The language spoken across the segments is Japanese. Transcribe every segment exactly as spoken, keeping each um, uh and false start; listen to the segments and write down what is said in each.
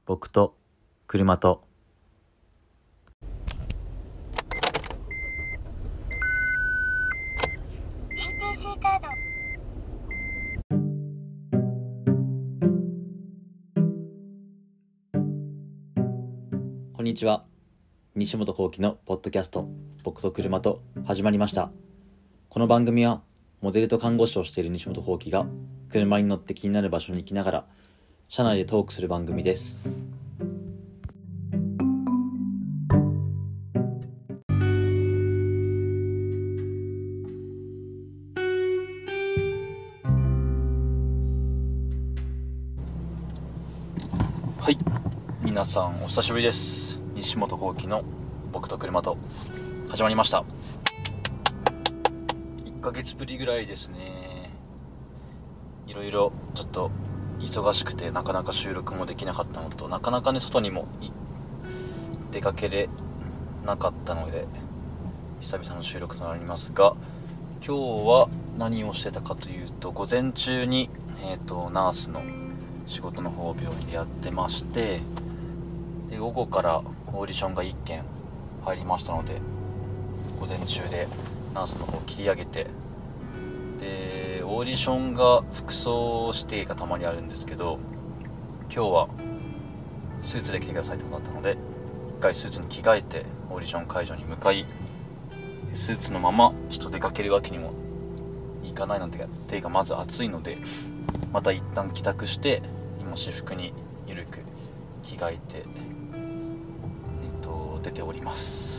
僕と車と。 イーティーシー カード。 こんにちは。西本幸喜のポッドキャスト僕と車と始まりました。この番組はモデルと看護師をしている西本幸喜が車に乗って気になる場所に行きながら車内でトークする番組です。はい、皆さんお久しぶりです。西本幸喜の僕と車と始まりました。いっかげつぶりぐらいですね。いろいろちょっと忙しくてなかなか収録もできなかったのと、なかなかね外にも出かけれなかったので久々の収録となりますが、今日は何をしてたかというと、午前中に、えーと、ナースの仕事の方を病院でやってまして、で午後からオーディションがいっけん入りましたので、午前中でナースの方を切り上げて、でオーディションが服装指定がたまにあるんですけど、今日はスーツで来てくださいってことだったので、一回スーツに着替えてオーディション会場に向かい、スーツのままちょっと出かけるわけにもいかないので、ていうかまず暑いのでまた一旦帰宅して、今私服にゆるく着替えて、えっと、出ております、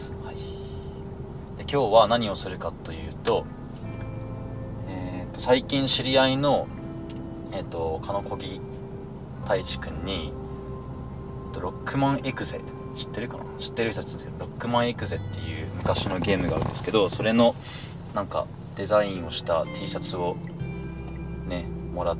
はい、で今日は何をするかというと、えっと最近知り合いの、えっと、鹿野小木太一くんに、えっと、ロックマンエクゼ知ってるかな知ってる人たちですけど、ロックマンエクゼっていう昔のゲームがあるんですけど、それのなんかデザインをした T シャツをねもらって、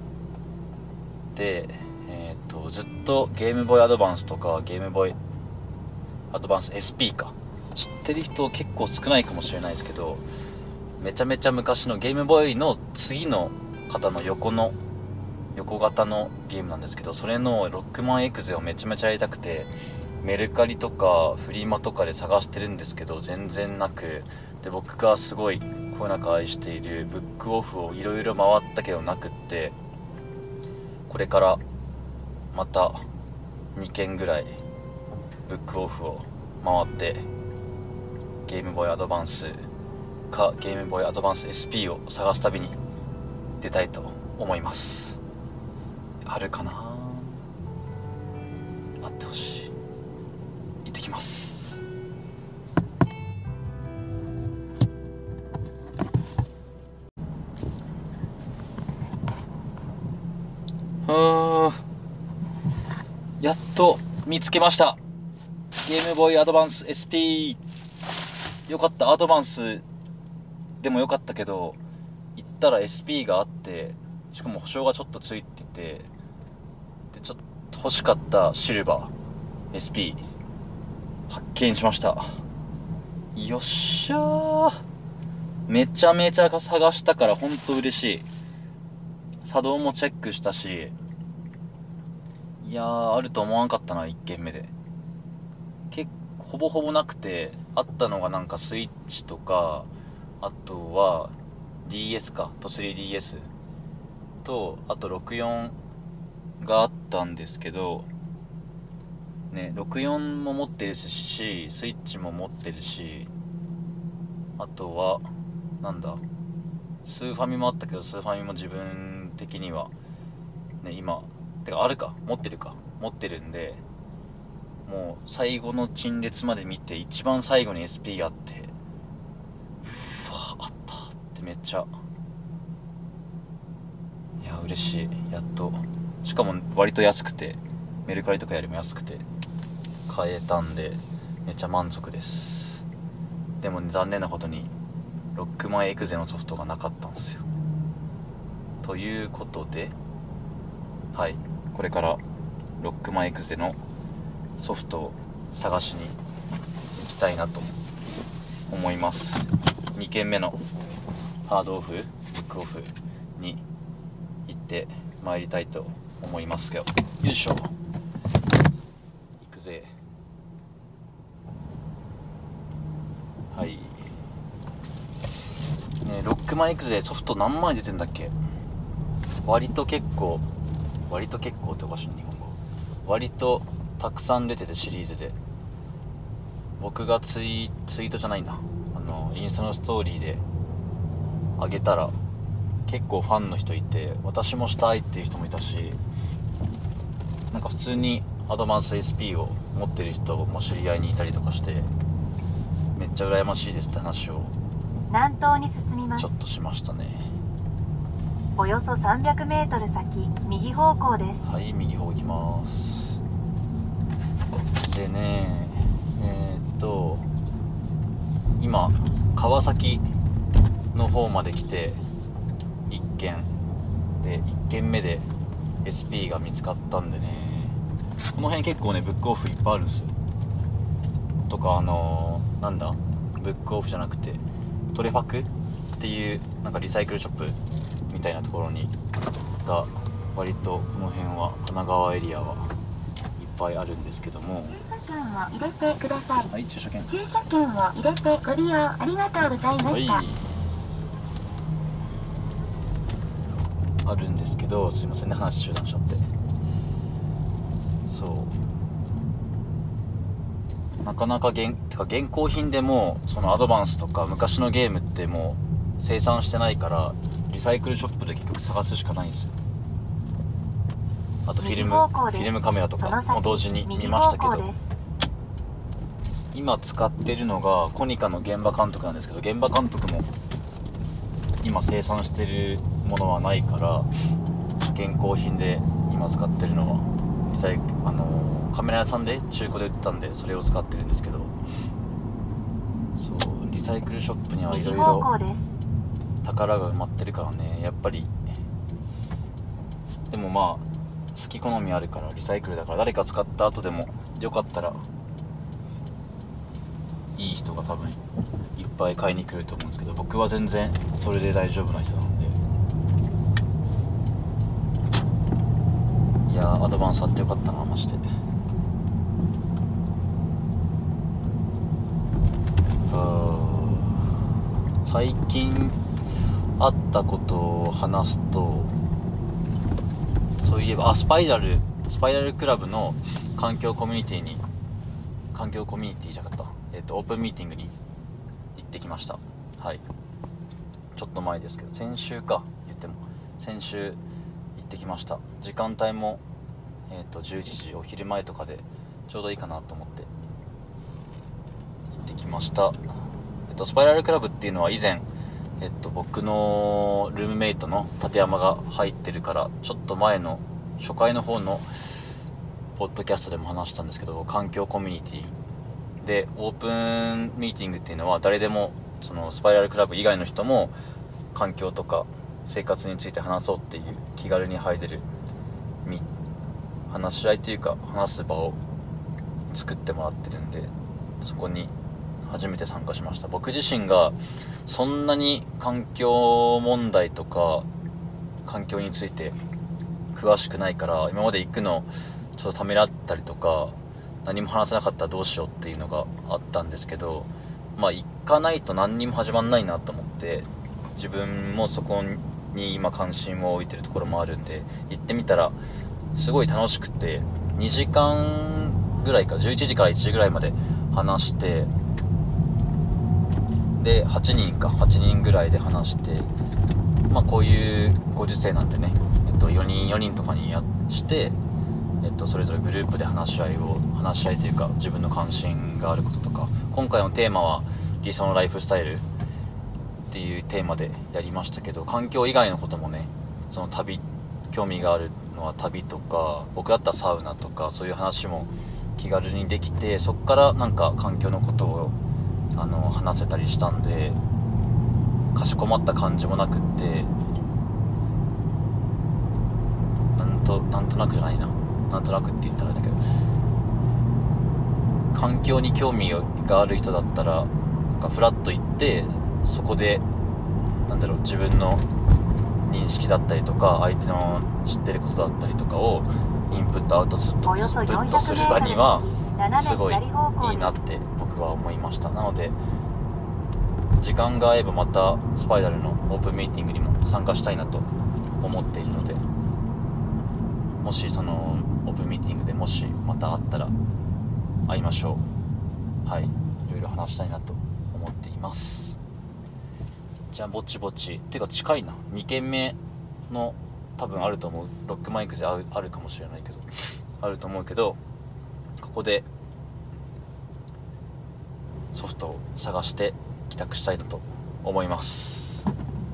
で、えー、とずっとゲームボーイアドバンスとかゲームボーイアドバンス エスピー か知ってる人結構少ないかもしれないですけど、めちゃめちゃ昔のゲームボーイの次の方の横の横型のゲームなんですけど、それのロックマンエクゼをめちゃめちゃやりたくて、メルカリとかフリマとかで探してるんですけど全然なく、で僕がすごいこよなく愛しているブックオフをいろいろ回ったけどなくって、これからまたにけんぐらいブックオフを回ってゲームボーイアドバンスかゲームボーイアドバンス エスピー を探す旅に出たいと思います。あるかな、あってほしい。行ってきます。はあ、やっと見つけました。ゲームボーイアドバンス エスピー。 よかった。アドバンスでもよかったけど行ったら エスピー があって、しかも保証がちょっとついてて、でちょっと欲しかったシルバー エスピー 発見しました。よっしゃー。めちゃめちゃ探したからほんと嬉しい。作動もチェックしたし、いやーあると思わんかったな。いっけんめで結構ほぼほぼなくて、あったのがなんかスイッチとか、あとは ディーエス かと スリーディーエス と、あとろくじゅうよんがあったんですけどね、ろくじゅうよんも持ってるしスイッチも持ってるし、あとはなんだスーファミもあったけど、スーファミも自分的にはね今てかあるか持ってるか持ってるんで、もう最後の陳列まで見て一番最後に エスピー があって、うわあったってめっちゃ、いや嬉しい。やっと、しかも割と安くて、メルカリとかよりも安くて買えたんでめっちゃ満足です。でも、ね、残念なことにロックマンエクゼのソフトがなかったんですよ。ということで、はい、これからロックマンエクゼのソフトを探しに行きたいなと思います。にけんめのハードオフブックオフに行ってまいりたいと思いますけど、よいしょ。 ぜ。はい、ね、ロックマンエクゼソフト何枚出てんだっけ。割と結構割と結構っておかしい日本語割とたくさん出てて、シリーズで僕がツイツイートじゃないんだあのインスタのストーリーで上げたら結構ファンの人いて、私もしたいっていう人もいたし、なんか普通にアドバンス エスピー を持ってる人も知り合いにいたりとかして、めっちゃ羨ましいですって話を南東に進みますちょ。っとしましたね。 およそさんびゃくメートル先、右方向です。 はい、右方行きます。でねえー、っと今川崎の方まで来ていっけんで、いっけんめで エスピー が見つかったんでね、この辺結構ねブックオフいっぱいあるんですよ。とかあのー、なんだブックオフじゃなくてトレファクっていうなんかリサイクルショップみたいなところにが割とこの辺は神奈川エリアはいっぱいあるんですけども、 駐車券を入れてください。 はい、駐車券、 駐車券を入れてご利用ありがとうございまはい、 した。 あるんですけど、すいませんね話中断しちゃって。そうなかなか現てか現行品でもそのアドバンスとか昔のゲームってもう生産してないから、リサイクルショップで結局探すしかないんですよ。あとフィルムフィルムカメラとかも同時に見ましたけど、今使ってるのがコニカの現場監督なんですけど、現場監督も今生産してるものはないから、現行品で今使ってるのはリサイクあのー、カメラ屋さんで中古で売ってたんでそれを使ってるんですけど、そうリサイクルショップにはいろいろ宝が埋まってるからね。やっぱりでもまあ好き好みあるから、リサイクルだから誰か使った後でもよかったらいい人が多分いっぱい買いに来ると思うんですけど、僕は全然それで大丈夫な人なんで。いやーアドバンスあってよかったなマジで。最近あったことを話すと、そういえばあスパイラルスパイラルクラブの環境コミュニティに環境コミュニティじゃなかった、えっとオープンミーティングに行ってきました。はい、ちょっと前ですけど、先週か言っても先週行ってきました。時間帯もえっとじゅういちじ、お昼前とかでちょうどいいかなと思って行ってきました。えっとスパイラルクラブっていうのは以前えっと僕のルームメイトの立山が入ってるから、ちょっと前の初回の方のポッドキャストでも話したんですけど、環境コミュニティでオープンミーティングっていうのは誰でもそのスパイラルクラブ以外の人も環境とか生活について話そうっていう気軽に入れる話し合いというか話す場を作ってもらってるんで、そこに初めて参加しました。僕自身がそんなに環境問題とか環境について詳しくないから、今まで行くのちょっとためらったりとか、何も話せなかったらどうしようっていうのがあったんですけど、まあ行かないと何にも始まんないなと思って、自分もそこに今関心を置いてるところもあるんで行ってみたらすごい楽しくて、にじかんぐらいかじゅういちじからいちじぐらいまで話して、ではちにんかはちにんぐらいで話して、まあこういうご時世なんでね、えっと、よにんよにんとかにやして、えっと、それぞれグループで話し合いを話し合いというか自分の関心があることとか、今回のテーマは理想のライフスタイルっていうテーマでやりましたけど、環境以外のこともね、その旅興味があるのは旅とか、僕だったらサウナとかそういう話も気軽にできて、そこからなんか環境のことをあの話せたりしたんで、かしこまった感じもなくって、なんとなんとなくじゃないななんとなくって言ったらあれだけど、環境に興味がある人だったらなんかフラッと行って、そこでなんだろう自分の認識だったりとか相手の知ってることだったりとかをインプットアウトプットする場にはすごいいいなって僕は思いました。なので時間が合えばまたスパイラルのオープンミーティングにも参加したいなと思っているので、もしそのオープンミーティングでもしまた会ったら会いましょう。はい、いろいろ話したいなと思っています。じゃあぼちぼちっていうか近いな、にけんめの多分あると思う、ロックマイクである、あるかもしれないけどあると思うけど、ここでソフトを探して帰宅したいなと思います。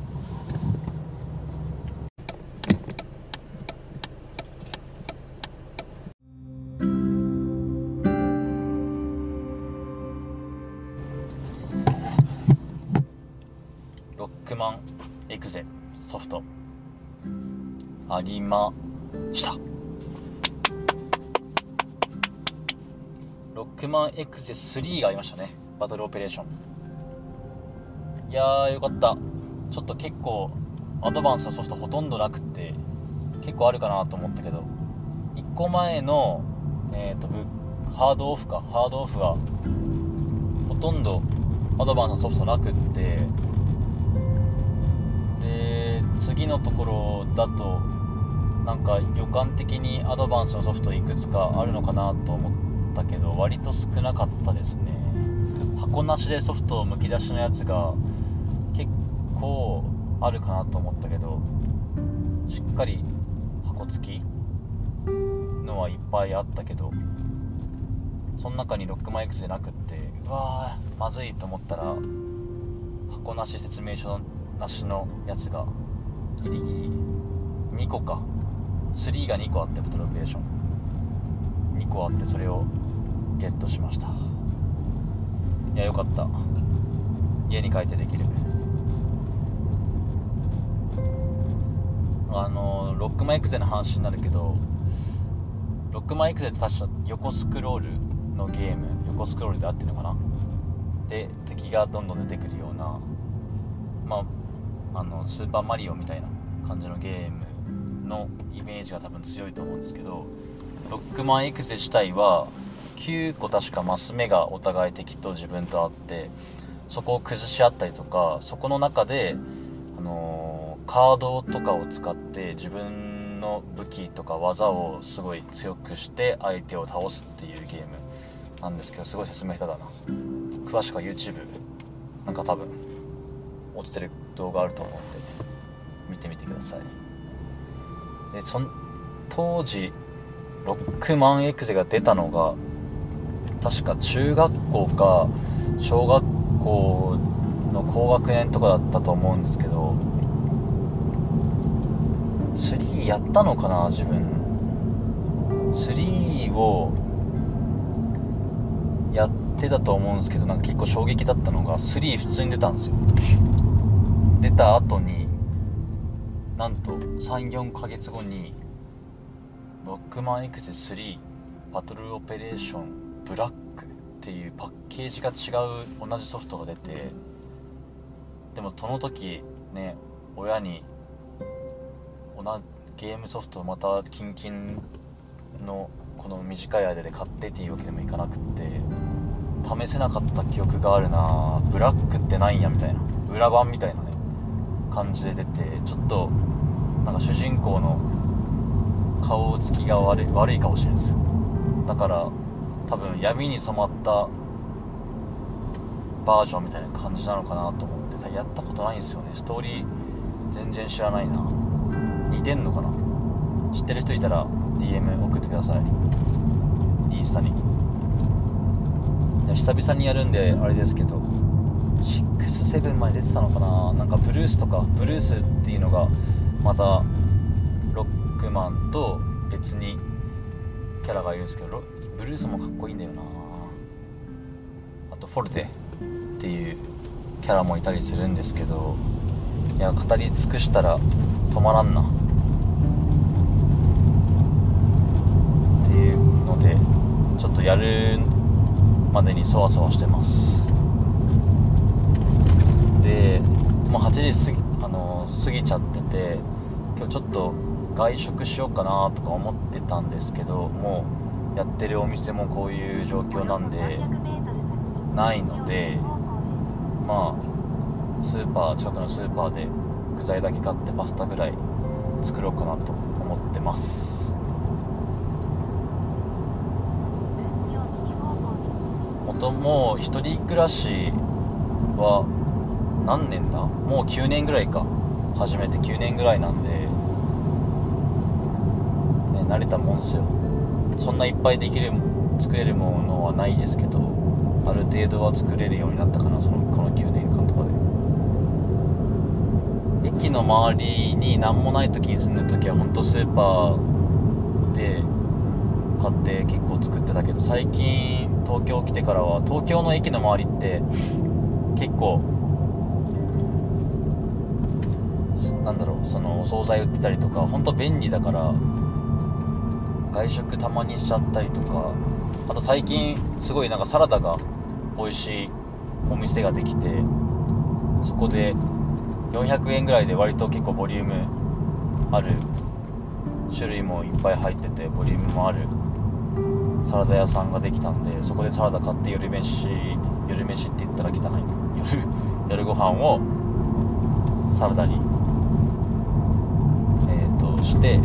ロックマンエクゼソフトありました。ロックマンエクゼスリーがありましたね。バトルオペレーション。いやーよかった。ちょっと結構アドバンスのソフトほとんどなくって結構あるかなと思ったけど、いっこまえのえーとハードオフかハードオフはほとんどアドバンスのソフトなくって、で次のところだとなんか予感的にアドバンスのソフトいくつかあるのかなと思ったけど割と少なかったですね。箱なしでソフトむき出しのやつが結構あるかなと思ったけど、しっかり箱付きのはいっぱいあったけど、その中にロックマン X でなくって、うわーまずいと思ったら箱なし説明書なしのやつがギリギリにこかスリーがにこあって、バトルオペレーションにこあって、それをゲットしました。いやよかった、家に帰ってできる。あのロックマンエクゼの話になるけど、ロックマンエクゼって確か横スクロールのゲーム、横スクロールで合ってるのかな、で敵がどんどん出てくるような、まああのスーパーマリオみたいな感じのゲームのイメージが多分強いと思うんですけど、ロックマンエクゼ自体はきゅうこ確かマス目がお互い敵と自分とあって、そこを崩し合ったりとか、そこの中で、あのー、カードとかを使って自分の武器とか技をすごい強くして相手を倒すっていうゲームなんですけど、すごい説明下手だな。詳しくは YouTube なんか多分落ちてる動画あると思うんで見てみてください。でそん当時ロックマンエクゼが出たのが確か中学校か小学校の高学年とかだったと思うんですけど、スリーやったのかな自分。スリーをやってたと思うんですけど、なんか結構衝撃だったのがスリー普通に出たんですよ。出た後になんと さん,よん ヶ月後にロックマンエクゼスリーバトルオペレーションブラックっていうパッケージが違う同じソフトが出て、でもその時ね親に同じゲームソフトをまたキンキンのこの短い間で買ってっていうわけでもいかなくって試せなかった記憶があるな。ブラックってないんやみたいな、裏版みたいなね感じで出て、ちょっとなんか主人公の顔つきが悪い、悪い顔してるんですよ。だから多分闇に染まったバージョンみたいな感じなのかなと思ってやったことないんですよね。ストーリー全然知らないな。似てんのかな、知ってる人いたら ディーエム 送ってください、インスタに。いや久々にやるんであれですけど、ろく、ななまで出てたのかな。なんかブルースとかブルースっていうのがまたロックマンと別にキャラがいるんですけど、ブルースもかっこいいんだよな。あとフォルテっていうキャラもいたりするんですけど、いや語り尽くしたら止まらんなっていうので、ちょっとやるまでにそわそわしてます。でもうはちじ過ぎ、あの過ぎちゃってて、今日ちょっと外食しようかなとか思ってたんですけど、もうやってるお店もこういう状況なんでないので、まあスーパー近くのスーパーで具材だけ買ってパスタぐらい作ろうかなと思ってます。元もう一人暮らしは何年だ、もうきゅうねんぐらいか、始めてきゅうねんぐらいなんで、ね、慣れたもんすよ。そんないっぱいできる作れるものはないですけど、ある程度は作れるようになったかな、そのこのきゅうねんかんとかで。駅の周りに何もない時に住んでる時は本当スーパーで買って結構作ってたけど、最近東京来てからは東京の駅の周りって結構なんだろう、そのお惣菜売ってたりとか本当便利だから、外食たまにしちゃったりとか、あと最近すごいなんかサラダが美味しいお店ができて、そこでよんひゃくえんぐらいで割と結構ボリュームある、種類もいっぱい入っててボリュームもあるサラダ屋さんができたんで、そこでサラダ買って夜飯夜飯って言ったら汚いな、夜夜ご飯をサラダにえっとして、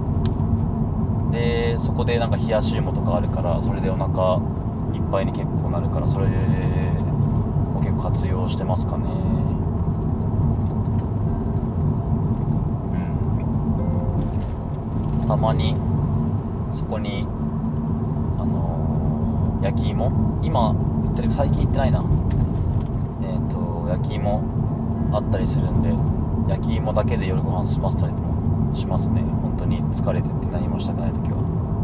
でそこでなんか冷やし芋とかあるから、それでお腹いっぱいに結構なるから、それでも結構活用してますかね。うん、たまにそこにあのー、焼き芋、今売ってる、最近行ってないな、えっと焼き芋あったりするんで、焼き芋だけで夜ご飯済ませたりもしますね。本当に疲れてて何もしたくない時は。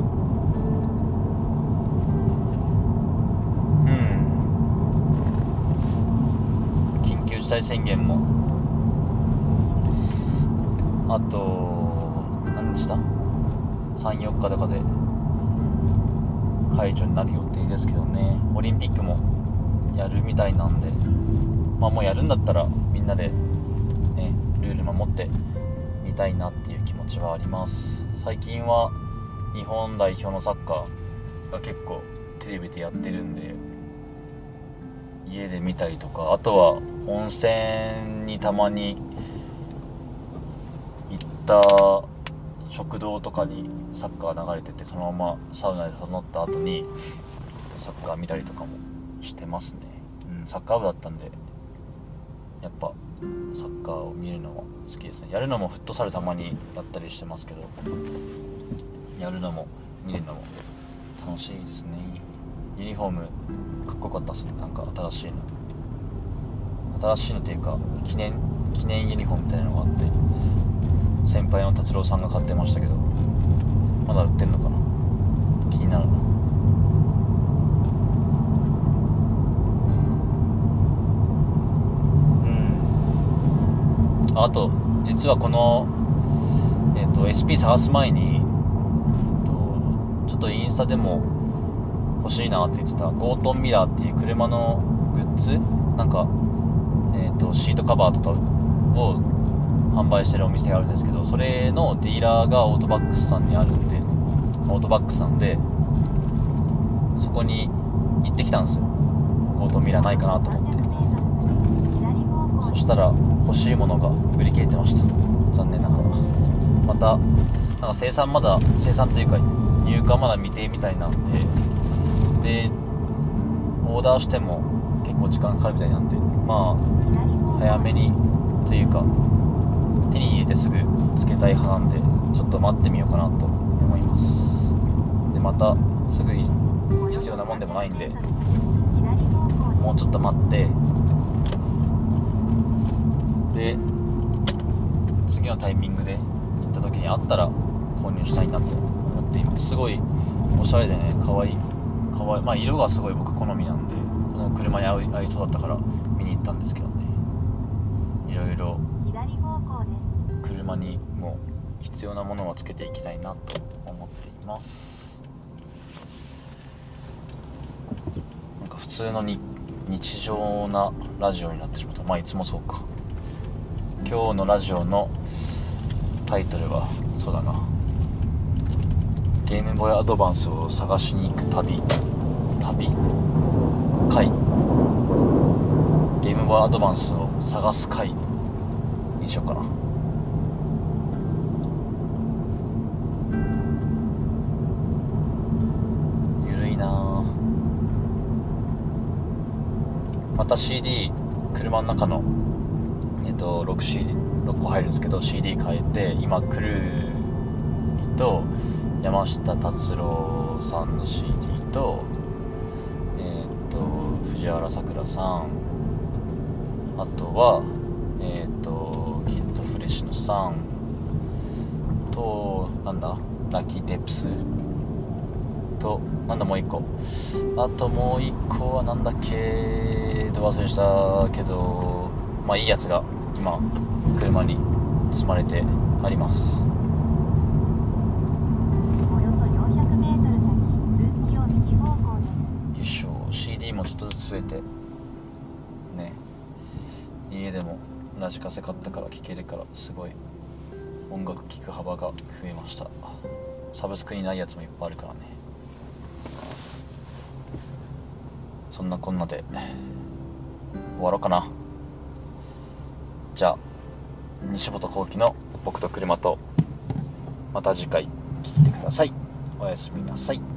うん、緊急事態宣言もあと何でした、さん、よっかとかで解除になる予定ですけどね。オリンピックもやるみたいなんで、まあもうやるんだったらみんなでねルール守ってみたいなっていう気持ちはあります。最近は日本代表のサッカーが結構テレビでやってるんで家で見たりとか、あとは温泉にたまに行った食堂とかにサッカー流れてて、そのままサウナで整った後にサッカー見たりとかもしてますね。うん、サッカー部だったんでやっぱサッカーを見るのは好きですね。やるのもフットサルたまにやったりしてますけど、やるのも見るのも楽しいですね。ユニフォームかっこよかったっすね。なんか新しいの新しいのっていうか記念記念ユニフォームみたいなのがあって、先輩の達郎さんが買ってましたけど、まだ売ってんのかな、気になるな。うん、あと実はこの、えー、と エスピー 探す前に、えー、とちょっとインスタでも欲しいなって言ってたゴートンミラーっていう車のグッズ、なんか、えー、とシートカバーとかを販売してるお店があるんですけど、それのディーラーがオートバックスさんにあるんで、オートバックスさんでそこに行ってきたんですよ。ゴートンミラーないかなと思って。そしたら欲しいものが売り切れてました。残念ながら。またなんか生産まだ生産というか入荷まだ未定みたいなんで、でオーダーしても結構時間かかるみたいなんで、まあ早めにというか手に入れてすぐつけたい派なんで、ちょっと待ってみようかなと思います。でまたすぐ必要なもんでもないんで、もうちょっと待って、で次のタイミングで行った時にあったら購入したいなと思っています。すごいおしゃれでね、かわいいかわいい、まあ色がすごい僕好みなんで、この車に合い、合いそうだったから見に行ったんですけどね。いろいろ車にも必要なものはつけていきたいなと思っています。なんか普通のに日常なラジオになってしまった。まあいつもそうか。今日のラジオのタイトルはそうだな、 ゲームボーイアドバンスを探しに行く旅旅会ゲームボーイアドバンスを探す会にしようかな。ゆるいな。また シーディー 車の中のえっと ろくシーディーろっこ入るんですけど シーディー 変えて、今クルーと山下達郎さんの シーディー とえっと藤原さくらさん、あとはえっとキッドフレッシュのさんと、なんだラッキーデプスと、なんだもう一個、あともう一個はなんだっけと忘れしたけど、まあいいやつが今車に積まれてあります。 およそよんひゃくメートル先、分岐を右方向です。 よいしょ。 シーディー もちょっとずつ増えてね、家でもラジカセ買ったから聴けるから、すごい音楽聴く幅が増えました。サブスクにないやつもいっぱいあるからね。そんなこんなで終わろうかな。じゃあ西本幸輝の僕と車と、また次回聞いてください。おやすみなさい。